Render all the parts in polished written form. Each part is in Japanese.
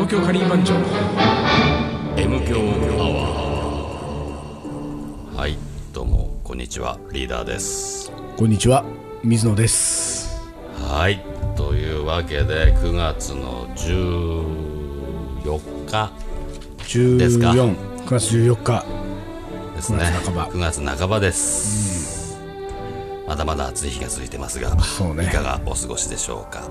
東京カリー番長 M 強アワー。はい、どうもこんにちは、リーダーです。 こんにちは、水野です。 はい、というわけで9月の14日ですか。 9月14日ですね。9月半ばです、まだまだ暑い日が続いてますが、 そうね、 いかがお過ごしでしょうか。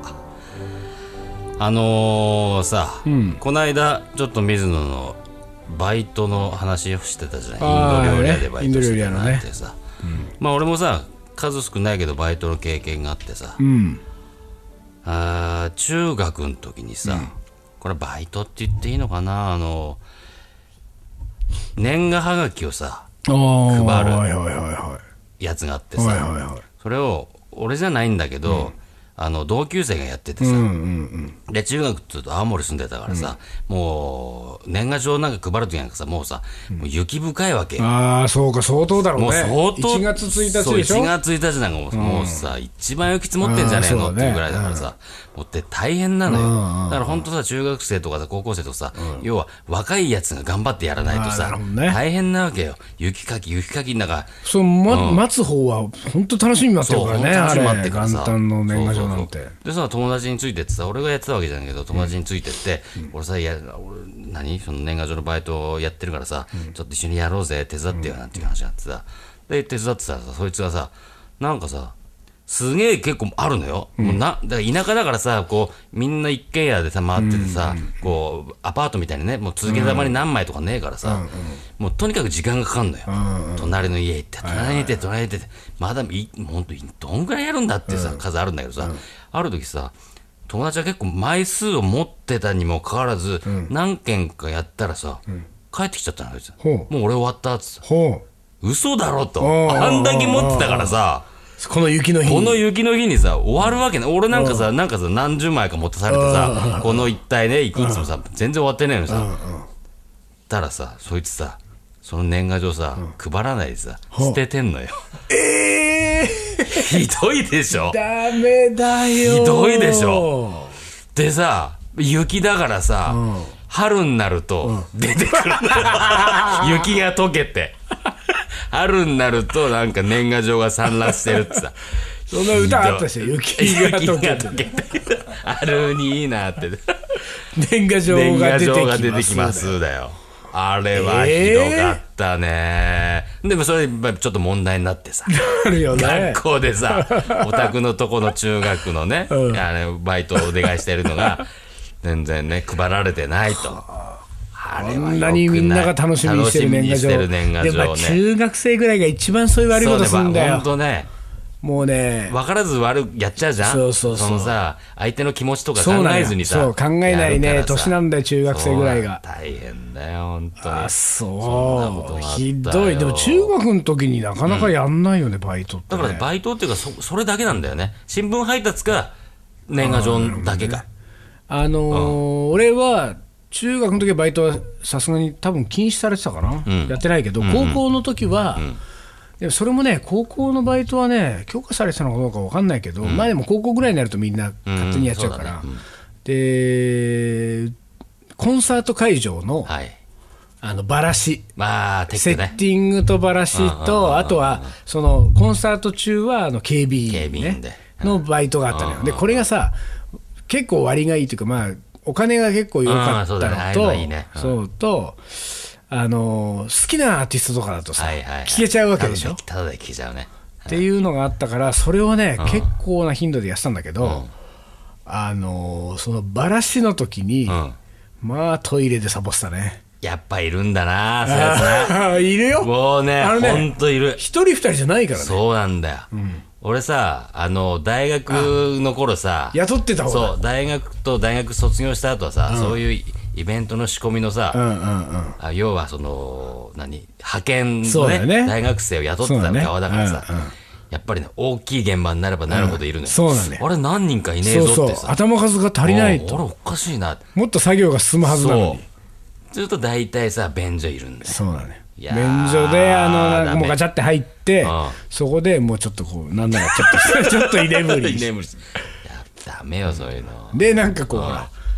さ、この間ちょっと水野のバイトの話をしてたじゃない。インド料理屋でバイトしてたなってさ、まあ俺もさ数少ないけどバイトの経験があってさ、中学の時にさ、これバイトって言っていいのかな、年賀はがきをさ配るやつがあってさ、それを俺じゃないんだけど、同級生がやっててさ、で中学って言うと青森住んでたからさ、もう年賀状なんか配るときなんかさ、もうさ、もう雪深いわけよ。 ああ、そうか、相当だろうね。 もう相当 1月1日でしょ。 そう、1月1日なんかもうさ、一番雪積もってんじゃねえのっていうぐらいだからさ、もうって大変なのよ。だから本当さ、中学生とかさ高校生とかさ、要は若いやつが頑張ってやらないとさ、大変なわけよ。雪かきなんかそう、待つ方は本当楽しみに待ってるからね。あれ元旦の年賀状なんて。 でさ、友達についてってさ、俺がやってたわけじゃないけど、友達についてって、俺さ、その年賀状のバイトをやってるからさ、ちょっと一緒にやろうぜ、手伝ってよなんていう話があってさ、で手伝ってたらさ、そいつがさ、なんかさ、すげえ結構あるのよ。もうだから田舎だからさ、こうみんな一軒家でさ回っててさ、こうアパートみたいにね、もう続けざまに何枚とかねえからさ、もうとにかく時間がかかるのよ。隣の家行って隣に行ってまだ本当にどんぐらいやるんだってさ、数あるんだけどさ、ある時さ、友達は結構枚数を持ってたにもかかわらず、何件かやったらさ、帰ってきちゃったのよ。もう俺終わったっつって。嘘だろと。あんだけ持ってたからさ、 この雪の日にさ終わるわけない。俺なんかさ何十枚か持たされてさ、この一体ねいくつもさ全然終わってないのさ、たらさ、そいつさその年賀状さ配らないでさ捨ててんのよ。ひどいでしょ。 ダメだよ。 ひどいでしょ。でさ、雪だからさ、春になると出てくる雪が溶けて春になるとなんか年賀状が散乱してるってさ、 そんな歌あったでしょ。雪が溶けて春にいいなって年賀状が出てきますだよ。あれはひどかったね。でもそれちょっと問題になってさ、学校でさ、お宅のとこの中学のね、バイトをお願いしてるのが全然ね配られてないと。 こんなにみんなが楽しみにしてる年賀状。でも中学生ぐらいが一番そういう悪いことするんだよ。 本当ね。 もうね、 分からずやっちゃうじゃん。そのさ、相手の気持ちとか考えずにさ、 そう考えないね年なんだよ、中学生ぐらいが。 大変だよ本当に。 あ、そうひどい。でも中学の時になかなかやんないよね、バイトって。 だからバイトっていうかそれだけなんだよね。新聞配達か年賀状だけか。 俺は中学の時はバイトはさすがに多分禁止されてたかな、やってないけど、高校の時は、でもそれもね、高校のバイトはね許可されてたのかどうか分かんないけど、まあでも高校ぐらいになるとみんな勝手にやっちゃうから、でコンサート会場の、バラシ、セッティングとバラシと、あとはそのコンサート中は警備員、のバイトがあったのよ。でこれがさ結構割がいいというか、まあお金が結構良かったのと、好きなアーティストとかだとさ、聞けちゃうわけでしょ。 ただで聞けちゃうね。 っていうのがあったから、それをね、結構な頻度でやってたんだけど、そのバラシの時に、まあトイレでサボってたね。 やっぱいるんだな、そういうやつな。 いるよ。 もうね、ほんといる。 一人二人じゃないからね。 そうなんだよ。俺さ、大学の頃さ、 雇ってた方が。 そう、大学卒業した後はさ、そういうイベントの仕込みのさ、要はその派遣のね大学生を雇ってた側だからさ、やっぱりね大きい現場になればなるほどいるのよ。あれ何人かいねえぞってさ、 頭数が足りないと。 俺おかしいな。 もっと作業が進むはずなのに。 ずっと大体さ便所いるんだよ。 そうだね。便所でもうガチャって入って、そこでもうちょっとこうなんならちょっと居眠り。 ダメよそういうの。 でなんかこう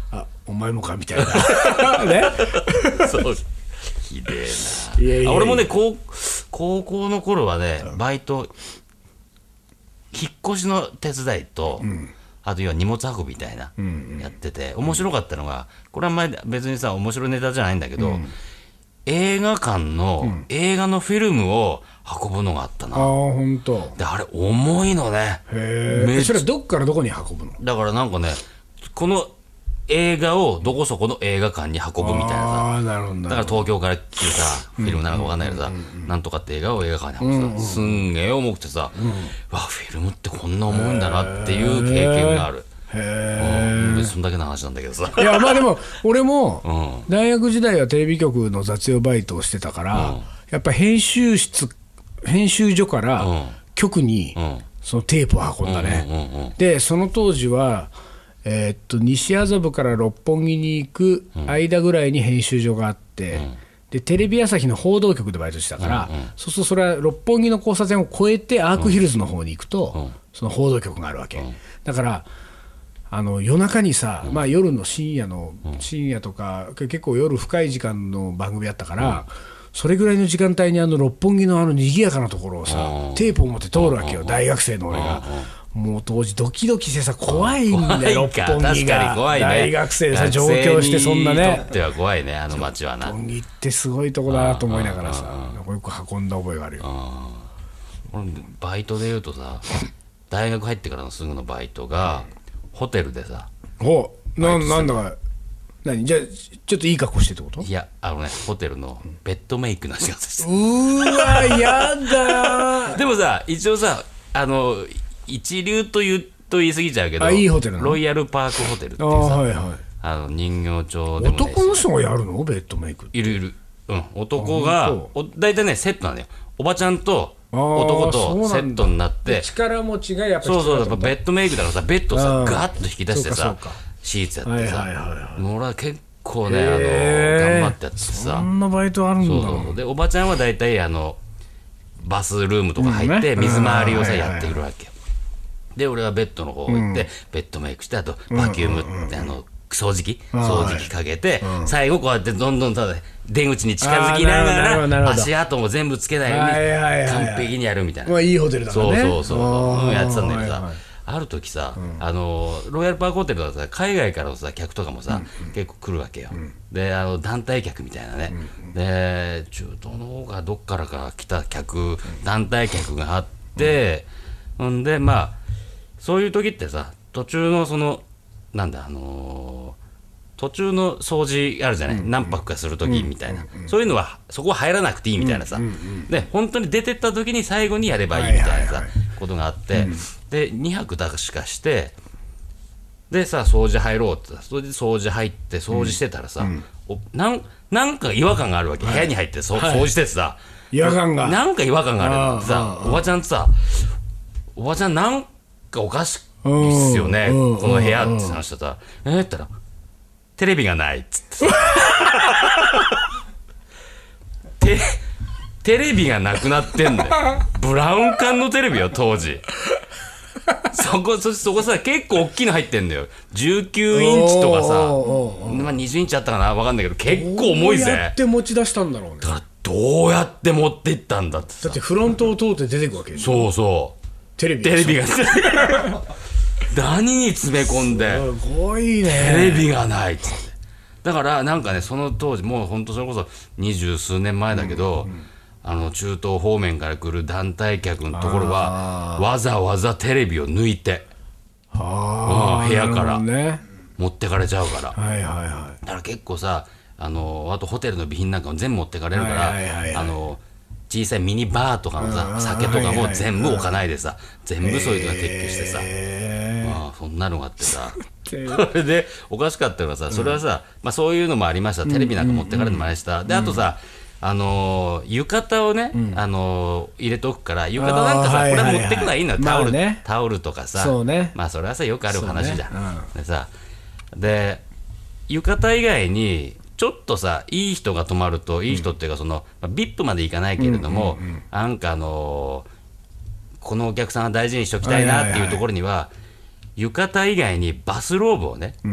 お前もかみたいなねそうひでえな。 いやいやいや俺もね高校の頃はねバイト引っ越しの手伝いと、あと要は荷物運びみたいな、やってて面白かったのが、これは前別にさ面白いネタじゃないんだけど、映画館の、映画のフィルムを運ぶのがあったな。 本当。 であれ重いのね。 それはどっからどこに運ぶの？ だからなんかねこの映画をどこそこの映画館に運ぶみたいなさ。 なるほど。 だから東京から来るさフィルムなのか分かんないけどさ、なんとかって映画を映画館に運ぶさ、すんげえ重くてさ、わフィルムってこんな重いんだなっていう経験がある。別にそんだけの話なんだけどさ。 いやまあでも俺も大学時代はテレビ局の雑用バイトをしてたから、やっぱ編集所から局にそのテープを運んだね。でその当時は西麻布から六本木に行く間ぐらいに編集所があって、でテレビ朝日の報道局でバイトしてたから、そうするとそれは六本木の交差点を越えてアークヒルズの方に行くと、その報道局があるわけ、だから夜中にさ、まあ、夜の深夜とか結構夜深い時間の番組だったから、それぐらいの時間帯に六本木の賑やかなところをさ、テープを持って通るわけよ、大学生の俺が。もう当時ドキドキしてさ怖いんだよ、六本木が。大学生でさ上京してそんなね。 学生にとっては怖いね、あの街はな。 六本木ってすごいとこだなと思いながらさ、よく運んだ覚えがあるよ。 俺バイトでいうとさ、大学入ってからのすぐのバイトがホテルでさ。 なんだかじゃあちょっといい格好してってこと？ いやホテルのベッドメイクの仕事して。 わやだでもさ一応さ一流と言い過ぎちゃうけど、 いいホテルなの？ ロイヤルパークホテルっていうさ、人形町でもね、 男の人がやるのベッドメイク？ いる、男が大体ねセットなのよ。おばちゃんと男とセットになって、 力持ちがやっぱりそうベッドメイクだからさ、ベッドさガッと引き出してさシーツやってさ、俺は結構ね頑張ってやってさ。 そんなバイトあるんだ。 そうでおばちゃんは大体バスルームとか入って水回りをさやってくるわけよ。で俺はベッドの方行ってベッドメイクして、あとバキュームって掃除機かけて、最後こうやってどんどんただ出口に近づきながら足跡も全部つけないように完璧にやるみたいな。 いいホテルだからね。 そうやってたんだけどさ、ある時さロイヤルパークホテルはさ海外からのさ客とかもさ結構来るわけよ。で団体客みたいなね、で中東の方がどっからか来た団体客があって、んでまあそういう時ってさ途中の途中の掃除あるじゃない、何泊かする時みたいな、そういうのはそこは入らなくていいみたいなさ、で本当に出てった時に最後にやればいいみたいなさことがあって、で2泊だしかして、でさ掃除入ろうって、それで掃除入って掃除してたらさ、なんか違和感があるわけ、部屋に入って掃除しててさ、 違和感がなんか違和感があるってさ、おばちゃんなんかおかしいっすよね、この部屋って話してたら、って言ったらテレビがないっつってテレビがなくなってんだよ。ブラウン管のテレビよ当時。そこさ結構大きいの入ってんだよ。19インチとかさ、20インチあったかな分かんないけど結構重いぜ。 どうやって持ち出したんだろうね。 だからどうやって持っていったんだってさ。 だってフロントを通って出てくわけでしょ。 そうテレビが何に詰め込んで、 すごいね、 テレビがないっつって。だからなんかね、その当時もうほんとそれこそ20数年前だけど、中東方面から来る団体客のところはわざわざテレビを抜いて部屋から持ってかれちゃうから、だから結構さあとホテルの備品なんかも全部持ってかれるから、小さいミニバーとかのさ酒とかも全部置かないでさ、全部そういうのが撤去してさ、そんなのがあってさそれでおかしかったのがさ、それはさ、そういうのもありました。テレビなんか持ってかれるのもありました。であとさ浴衣をね、入れとくから、浴衣なんかさ、これ持ってくのはいいのよ、タオルとかさ、それはさよくある話じゃん。でさ、で浴衣以外にちょっとさいい人が泊まると、いい人っていうかVIP までいかないけれども、なんかこのお客さんは大事にしておきたいなっていうところには、浴衣以外にバスローブをね、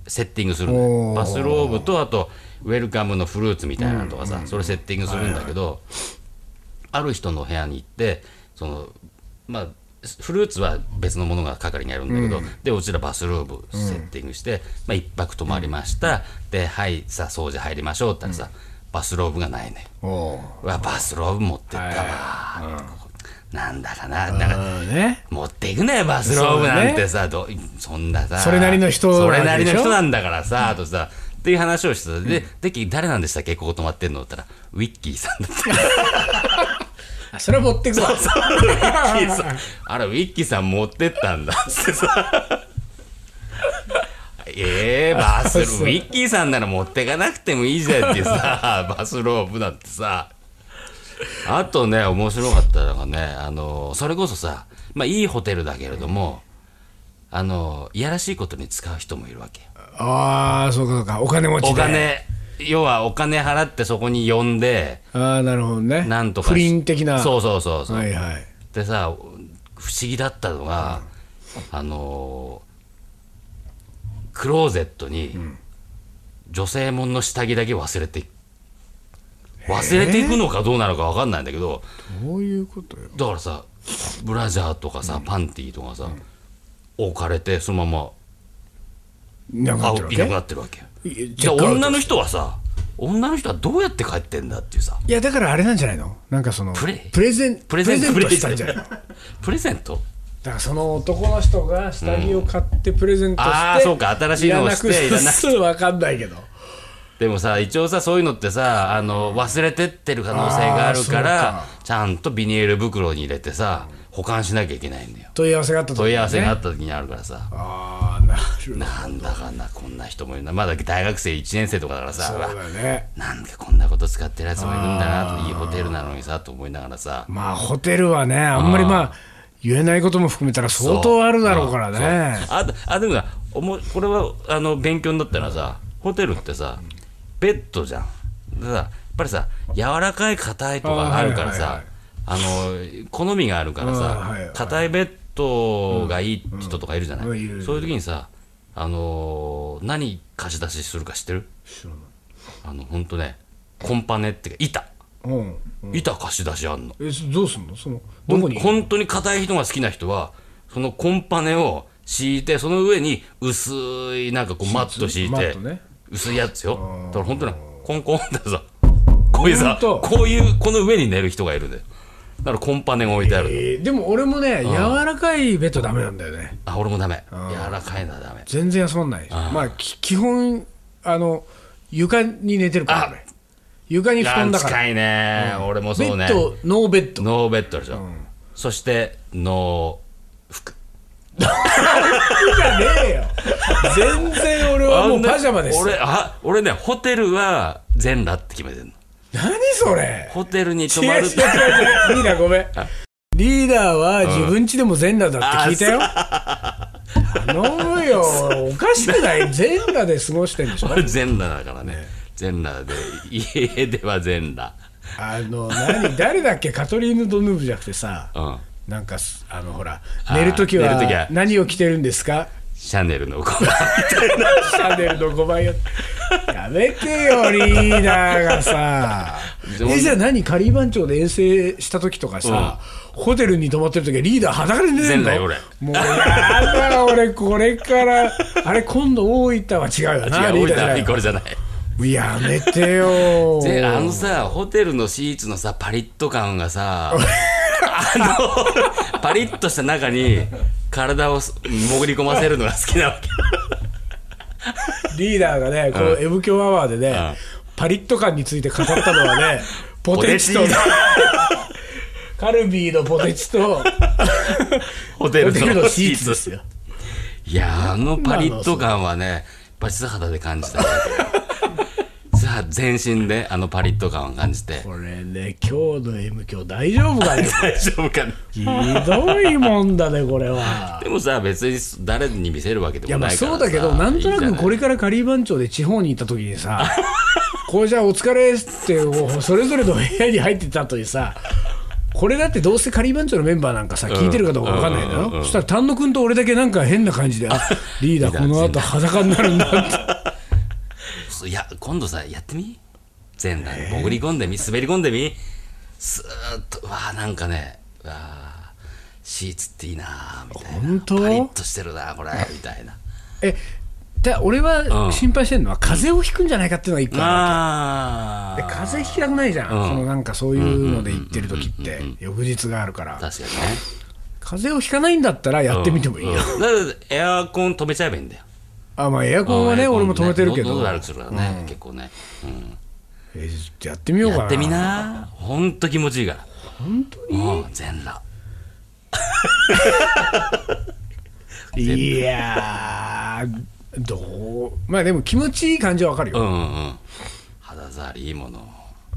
セッティングするのよ。バスローブとあとウェルカムのフルーツみたいなのとかさ、それセッティングするんだけど、ある人の部屋に行ってまあフルーツは別のものが係にあるんだけど、でうちらバスローブセッティングして、まあ、1泊泊まりました、ではいさあ掃除入りましょうって言ったらさ、バスローブがないね。うわバスローブ持ってったわ、なんだかな、だから、持っていくねバスローブなんてさ、そんなさそれなりの人なんだからさ、あとさっていう話をしてた。で誰なんでしたっけここ泊まってんのって言ったらウィッキーさんだったそれは持ってくわ。 ウィッキーさんあらウィッキーさん持ってったんだってさウィッキーさんなら持ってかなくてもいいじゃんってさバスローブだってさ。あとね面白かったのがね、それこそさ、まあいいホテルだけれども、いやらしいことに使う人もいるわけよ。 ああ、そうかお金持ちで。 要はお金払ってそこに呼んで、 なるほどね。 なんとか不倫的な。 そう、 はいはい。 でさ不思議だったのが、クローゼットに女性もんの下着だけ忘れていくのかどうなのか分かんないんだけど、 どういうことよ。 だからさブラジャーとかさ、パンティーとかさ、置かれてそのままいなくなってるわけよ。じゃあ女の人はどうやって帰ってんだっていうさ。 いやだからあれなんじゃないの、なんかプレゼントしたんじゃないの。 プレゼントだからその男の人が下着を買ってプレゼントして、 そうか新しいのをしていらなくて分かんないけど、 でもさ一応さそういうのってさ忘れてってる可能性があるからちゃんとビニール袋に入れてさ保管しなきゃいけないんだよ。 問い合わせがあった時にあるからさ。なんだかんだこんな人もいるな。まだ大学生1年生とかだからさ、 そうだね、 なんかこんなこと使ってるやつもいるんだなと、いいホテルなのにさと思いながらさ。 まあホテルはねあんまり言えないことも含めたら相当あるだろうからね。 でもさこれは勉強になったのはさ、ホテルってさベッドじゃん。でさやっぱりさ柔らかい硬いとかあるからさ、好みがあるからさ、硬いベッドがいい人とかいるじゃない。そういう時にさ何貸し出しするか知ってる？ほんとねコンパネっていうか板貸し出しあんの。 どうすんの？どこに？ 本当に硬い人が好きな人はそのコンパネを敷いて、その上に薄いなんかこうマット敷いて、薄いやつよ。だから本当にコンコンってさこういうこの上に寝る人がいるんだよ。だからコンパネが置いてある。 でも俺もね柔らかいベッドダメなんだよね。 俺もダメ。柔らかいのはダメ。 全然休まんない。まあ基本床に寝てるからね。床に布団だから。 近いね。俺もそうね。 ベッドノーベッド。 ノーベッドでしょ。そしてノー服。 じゃねえよ。全然俺はもうパジャマです。 俺ねホテルは全裸って決めてんの。 何それ。 ホテルに泊まる。 リーダーごめん。リーダーは自分家でも全裸だって聞いたよ。よおかしくない？全裸で過ごしてんでしょ。 俺全裸だからね。全裸で家では全裸。 誰だっけ？カトリーヌ・ドヌーブじゃなくてさ、なんかほら寝るときは何を着てるんですか？ シャネルの5番みたいな。 シャネルの5番やめてよリーダーがさ。じゃあ何カリー番長で遠征した時とかさ、ホテルに泊まってる時はリーダー裸で寝てんの？ 全裸俺。 もうやだ俺これから今度大分は違うよな。 違う、大分これじゃない。 やめてよ。 さホテルのシーツのさパリッと感がさパリッとした中に体を潜り込ませるのが好きなわけ。 リーダーがねこの M 強アワーでね、パリッと感について語ったのはねポテチとカルビーのポテチとホテルのシーツですよ。 いやパリッと感はねバチ素肌で感じたわけ。全身でパリッと感を感じて、 これね今日の M 響大丈夫かね。 大丈夫かね。 ひどいもんだねこれは。 でもさ別に誰に見せるわけでもないからさ。 そうだけどなんとなくこれからカリー番長で地方に行った時にさこれじゃあお疲れってそれぞれの部屋に入ってた後にさこれだってどうせカリー番長のメンバーなんかさ聞いてるかどうか分かんないのよ、そしたら丹野くんと俺だけなんか変な感じでリーダーこの後裸になるんだっていや今度さやってみ全裸に潜り込んでみ滑り込んでみスーッとわあなんかねわあシーツっていいなみたいな本当パリッとしてるなこれみたいな俺は心配してるのは風邪をひくんじゃないかっていうのが一個あで風邪ひきたくないじゃん、そのなんかそういうので行ってる時って翌日があるから確かにね風邪をひかないんだったらやってみてもいいよ、 だからエアコン止めちゃえばいいんだよまあエアコンはね俺も止めてるけど喉悪くするからね、結構ね、 やってみようかな。 やってみなほんと気持ちいいから本当に全裸いやまあでも気持ちいい感じはわかるよ、 肌触りいいもの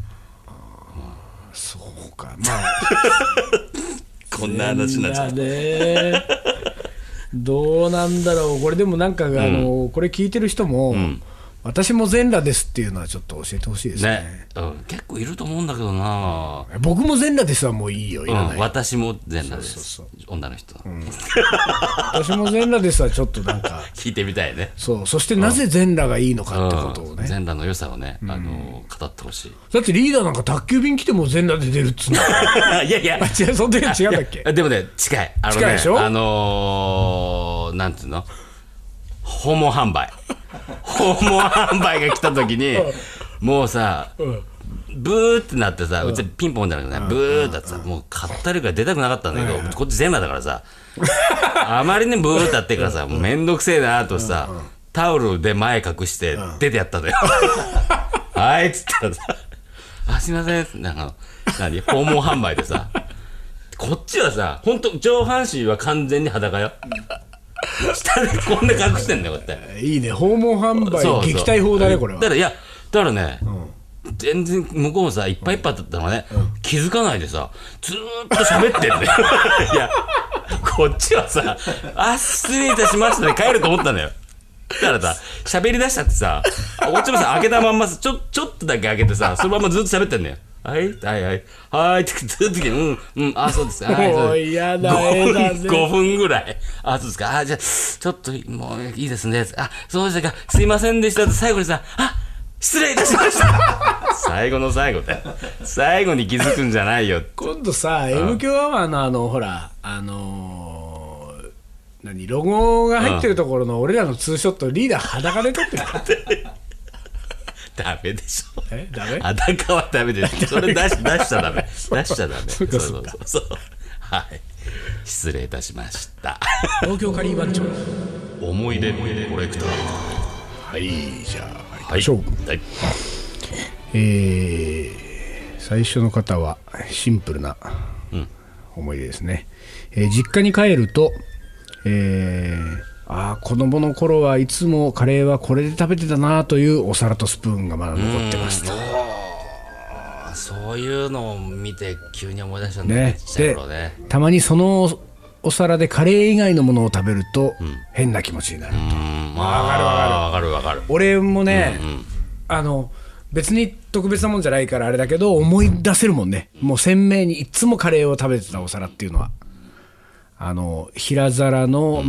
そうかまあこんな話になっちゃうねどうなんだろうこれでもなんかこれ聞いてる人も、私も全裸ですっていうのはちょっと教えてほしいですね。 結構いると思うんだけどな。 僕も全裸ですはもういいよ、いらない。 私も全裸です。女の人。 私も全裸ですはちょっとなんか聞いてみたいね。 そしてなぜ全裸がいいのかってことをね。 全裸の良さをね、語ってほしい。 だってリーダーなんか宅急便来ても全裸で出るっつうんだ。 いやいや、 違う、その時は違うんだっけ。 でもね、近い。 近いでしょ。 なんていうの、訪問販売。訪問販売が来た時にもうさ、ブーってなってさ、うちピンポンじゃなくてね、ブーってなってさ、もうかったるから出たくなかったんだけど、こっち全裸だからさ、あまりにブーってなってからさ、もうめんどくせえなとさ、タオルで前隠して出てやったのよ。はいっつったらさ、すいません、なんか訪問販売でさ、こっちはさ、ほんと上半身は完全に裸よ。下でこんな隠してんだよこうやって。 いいね、訪問販売撃退法だねこれは。 だからね、全然向こうもさいっぱいいっぱいだったのがね、気づかないでさずーっと喋ってんだよ。いやこっちはさ失礼いたしましたで帰ると思ったんだよ。だからさ喋り出しちゃってさ、こっちもさ開けたまんまちょっとだけ開けてさ、そのままずっと喋ってんだよ。はいはいはいはいってずっと来て、そうです。 もう嫌だ 5分ぐらい。そうですか。じゃあちょっともういいですね。そうでしたか。すいませんでしたって最後にさ、失礼いたしました。最後の最後で最後に気づくんじゃないよ。 今度さ M 強アワーのほらロゴが入ってるところの俺らのツーショットリーダー裸で撮ってる。 ダメでしょ。 ダメ？ 裸はダメです。それ出しちゃダメ。出しちゃダメ。そう。はい。失礼いたしました。 東京カリー番長。 思い出コレクター。 はい、じゃあ行きましょう。 はい。 最初の方はシンプルな思い出ですね。実家に帰ると、子供の頃はいつもカレーはこれで食べてたなというお皿とスプーンがまだ残ってますと。 そういうのを見て急に思い出したんだね。 でたまにそのお皿でカレー以外のものを食べると変な気持ちになると。 わかる。 俺もね、別に特別なもんじゃないからあれだけど思い出せるもんね。もう鮮明にいつもカレーを食べてたお皿っていうのは平皿の、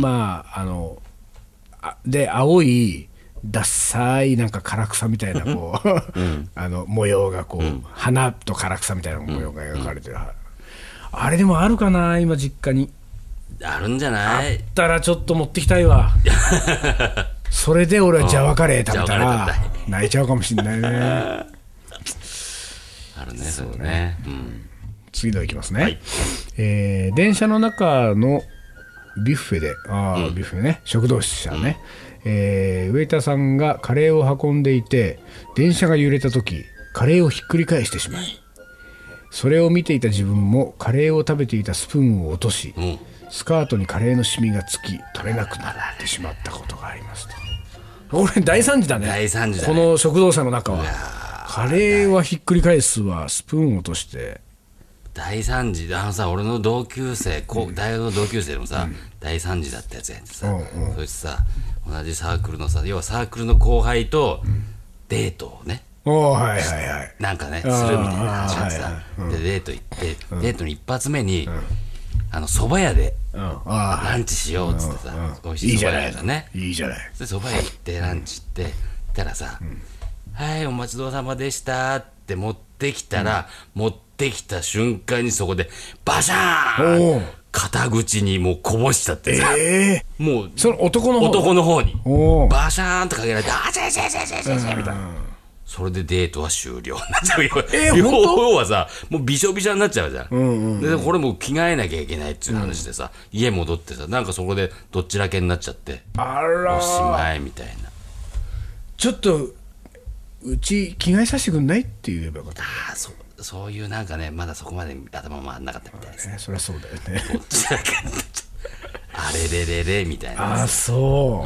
で青いダッサいなんか唐草みたいなこう、模様がこう、花と唐草みたいな模様が描かれてる、あれでもあるかな今実家に。 あるんじゃない？ あったらちょっと持ってきたいわ。それで俺はジャワカレー食べたら泣いちゃうかもしれないね。 あるね、そうね。 次のいきますね。電車の中のビュッフェで、ビュッフェね、食堂車ね、ウェイターさんがカレーを運んでいて、電車が揺れた時カレーをひっくり返してしまい、それを見ていた自分もカレーを食べていたスプーンを落とし、スカートにカレーのシミがつき取れなくなってしまったことがありますと。俺大惨事だね。 大惨事だね。 この食堂車の中はカレーはひっくり返すわ、スプーンを落として。 大惨事。俺の同級生、大学の同級生でもさ、大惨事だったやつやってさ、そいつさ、同じサークルのさ、要はサークルの後輩とデートをねはいはいはい。 なんかねするみたいな話があってさ、でデート行って、デートの一発目に蕎麦屋でランチしようっつってさ、美味しい蕎麦屋だね。 いいじゃない。 で蕎麦屋行ってランチ行って、たらさ、はいお待ちどうさまでしたって持ってきたら、持ってきた瞬間にそこでバシャーン肩口にもうこぼしちゃってさ、もうその男の方にバシャーンとかけられて、あちゃちゃちゃちゃちゃちゃみたいな。それでデートは終了になっちゃうよ。要はさ、もうびしょびしょになっちゃうじゃん。でこれもう着替えなきゃいけないっていう話でさ、家戻ってさ、なんかそこでどっちらけになっちゃって、おしまいみたいな。 ちょっとうち着替えさせてくんないって言えばよかった。 そういうなんかね、まだそこまで頭回んなかったみたいですね。 そりゃそうだよね。 どっちらけになっちゃう。あれれれれみたいな。 そう。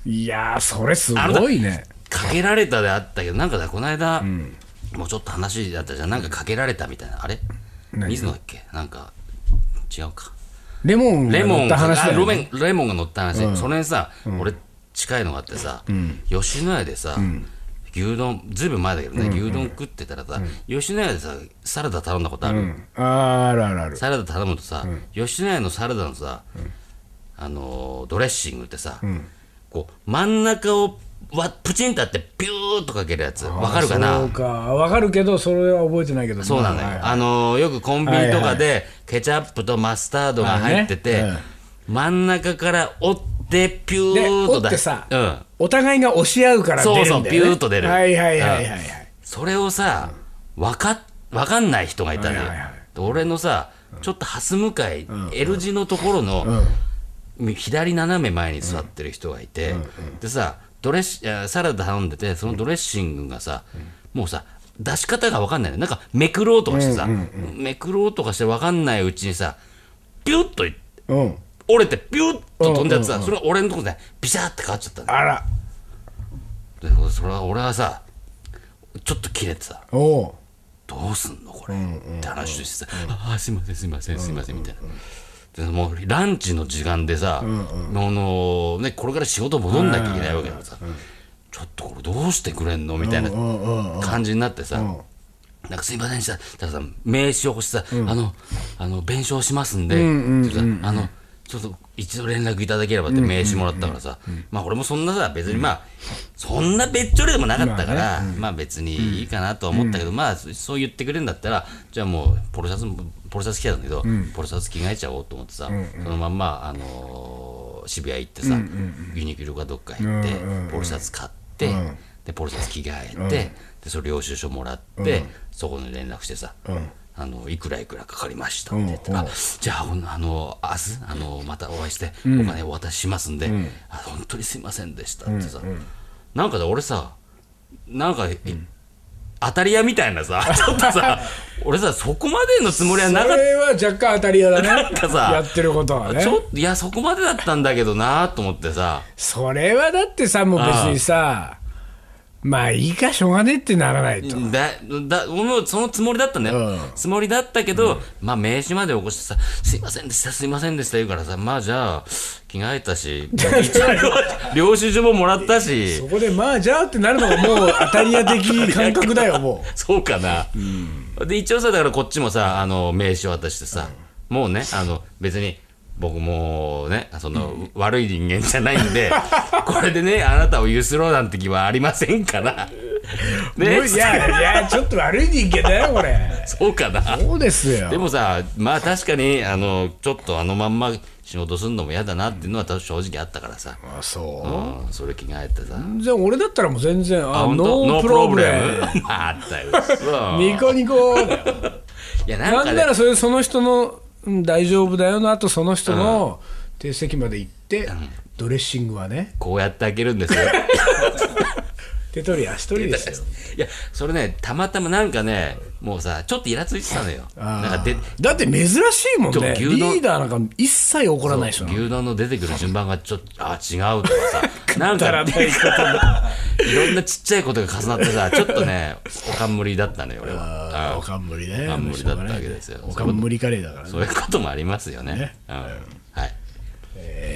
いやそれすごいね。 かけられたであったけど、なんかこの間、もうちょっと話だったじゃん、なんかかけられたみたいな、あれ水野だっけ、なんか違うか、 レモンが乗った話だよね。 レモンが乗った話、それにさ、俺近いのがあってさ、吉野家でさ、牛丼ずいぶん前だけどね、牛丼食ってたらさ、吉野家でさサラダ頼んだことある？ あるあるある。 サラダ頼むとさ、吉野家のサラダのさ、ドレッシングってさ、こう真ん中をプチンとあってピューッとかけるやつ、わかるかな？ そうか、わかるけどそれは覚えてないけど。 そうなのよ、よくコンビニとかでケチャップとマスタードが入ってて、真ん中から折ってピューッと折ってさ、お互いが押し合うから出るんだよね。 そうそう、ピューッと出る。 はいはいはいはいはい。 それをさ、わかんない人がいたのよ。俺のさ、ちょっとハス向かい L 字のところの左斜め前に座ってる人がいて、でさ、サラダ頼んでて、そのドレッシングがさ、もうさ出し方が分かんないの。なんかめくろうとかしてさ、めくろうとかして分かんないうちにさ、ピュッと折れてピュッと飛んじゃってさ、それが俺のところでビシャーって変わっちゃったの。 あら。 でそれは俺はさ、ちょっと切れてさ、どうすんのこれって話してさ、あすいませんすいませんすいませんみたいな。でもうランチの時間でさ、ね、これから仕事戻んなきゃいけないわけだからさ、ちょっとこれどうしてくれんのみたいな感じになってさ、なんかすいませんでしたたださ、名刺を欲しさ、弁償しますんで、ちょっと一度連絡いただければって名刺もらったからさ、まあ俺もそんなさ別にまあそんなべっちょりでもなかったから、まあ別にいいかなとは思ったけど、まあそう言ってくれるんだったら、じゃあもうポロシャツ着てたんだけど、ポロシャツ着替えちゃおうと思ってさ、そのまんま渋谷行ってさ、ユニクロかどっか行ってポロシャツ買って、でポロシャツ着替えて、でそれ領収書もらって、そこに連絡してさ、いくらいくらかかりましたって言って、じゃあ明日またお会いしてお金お渡ししますんで、本当にすいませんでしたってさ、なんか俺さ、なんか当たり屋みたいなさ、ちょっとさ俺さ、そこまでのつもりはなかった。 それは若干当たり屋だね。 なんかさ、 やってることはね、 いやそこまでだったんだけどなと思ってさ。 それはだってさ、もう別にさ、まあいいかしょうがねってならないと。 俺もそのつもりだったんだよ、つもりだったけど、まあ名刺まで起こしてさ、すいませんでしたすいませんでした言うからさ、まあじゃあ着替えたし領収書ももらったし、 そこでまあじゃあってなるのがもう当たり屋的感覚だよもう。 そうかな、で一応さ、だからこっちもさ名刺を渡してさ、もうね別に僕もね、その悪い人間じゃないんでこれでねあなたをゆすろうなんて気はありませんからね。いやちょっと悪い人間だよこれ。 そうかな。 そうですよ。 でもさ、まあ確かにちょっとまんま仕事するのも嫌だなっていうのは正直あったからさ。 そう、 それ着替えてさ、 全然俺だったらもう全然ノープロブレム。 またよニコニコだよ。 いやなんならその人の大丈夫だよのあと、その人の定席まで行って、ドレッシングはねこうやって開けるんですよ手取り足取りですよ。 いやそれね、たまたまなんかね、もうさちょっとイラついてたのよ。なんかだって珍しいもんね。リーダーなんか一切怒らないでしょ。 牛丼の出てくる順番がちょっと違うとかさなんかいろんなちっちゃいことが重なってさ、ちょっとねおかんむりだったのよ俺は。 おかんむりね。 おかんむりだったわけですよ。 おかんむりカレーだからね。 そういうこともありますよね。はい、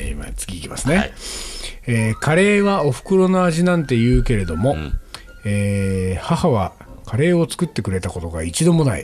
今次いきますね。カレーはお袋の味なんて言うけれども、 母はカレーを作ってくれたことが一度もない、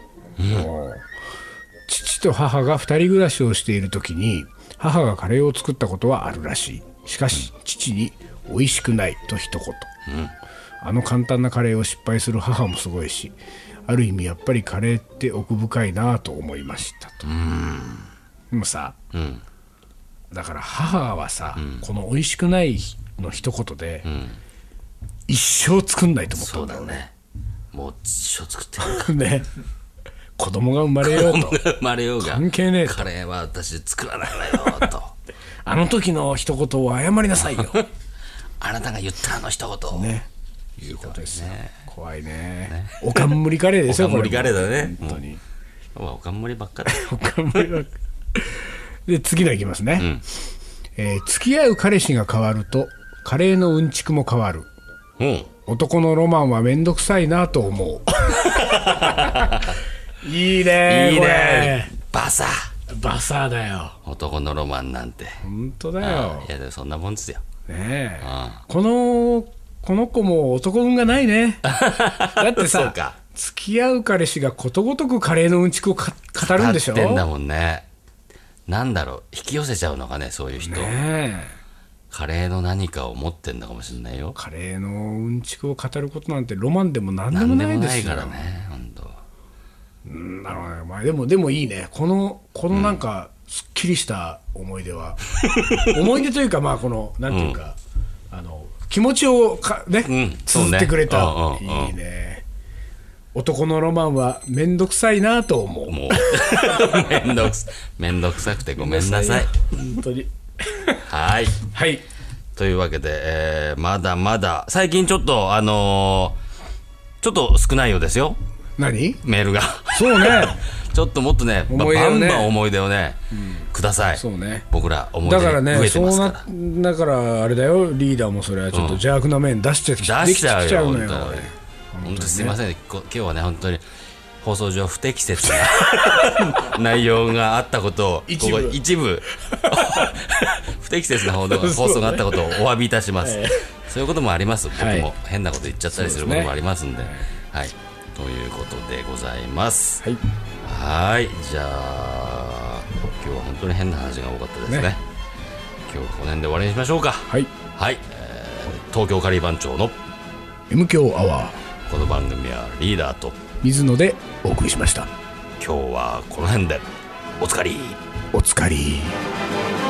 父と母が2人暮らしをしている時に母がカレーを作ったことはあるらしい。しかし、父に美味しくないと一言、あの簡単なカレーを失敗する母もすごいし、ある意味やっぱりカレーって奥深いなと思いましたと。でもさ、だから母はさ、この美味しくないの一言で、一生作んないと思ったんだよね。そうだね、 もう一生作ってるね、子供が生まれようと生まれようが関係ねえと、 カレーは私作らないわよとあの時の一言を謝りなさいよあなたが言ったあの一言を、 ね、 いうことですね。 怖いね。おかんむりカレーですよ。 おかんむりカレーだね。 本当に。 おかんむりばっかり。 おかんむりばっかり。で、次のいきますね。付き合う彼氏が変わるとカレーのうんちくも変わる。男のロマンはめんどくさいなと思う。いいね。いいね。 バサーだよ。 男のロマンなんて。 本当だよ。 いやでもそんなもんですよ。 ねえ。この子も男運がないね。だってさ、付き合う彼氏がことごとくカレーのうんちくを語るんでしょ。 語ってんだもんね。なんだろう、引き寄せちゃうのかね、そういう人。カレーの何かを持ってんのかもしれないよ。 カレーのうんちくを語ることなんてロマンでも何でもないですよ。 何でもないからね、本当。 なるほどね。まあでもいいね。このなんかすっきりした思い出は、思い出というか、まあこのなんていうか、気持ちをね、綴ってくれた。いいね。男のロマンはめんどくさいなと思う。もうめんどくさくてごめんなさい。 本当に。 はい。 はい。 というわけで、まだまだ最近ちょっとちょっと少ないようですよ。 何？ メールが。 そうね。 ちょっともっとね、バンバン思い出をね、ください。 そうね。 僕ら思い出増えてますから。 だからあれだよ、リーダーもそれはちょっと邪悪な面出しちゃうのよ。 本当すいません、今日はね本当に放送上不適切な内容があったことを一部不適切な放送があったことをお詫びいたします。そういうこともあります。僕も変なこと言っちゃったりすることもありますんで、はい。ということでございます。はい。じゃあ今日は本当に変な話が多かったですね。今日はこの辺で終わりにしましょうか。はい。東京カリー番長の M 強アワー。 この番組はリーダーと水野でお送りしました。 今日はこの辺でおつかり。 おつかり。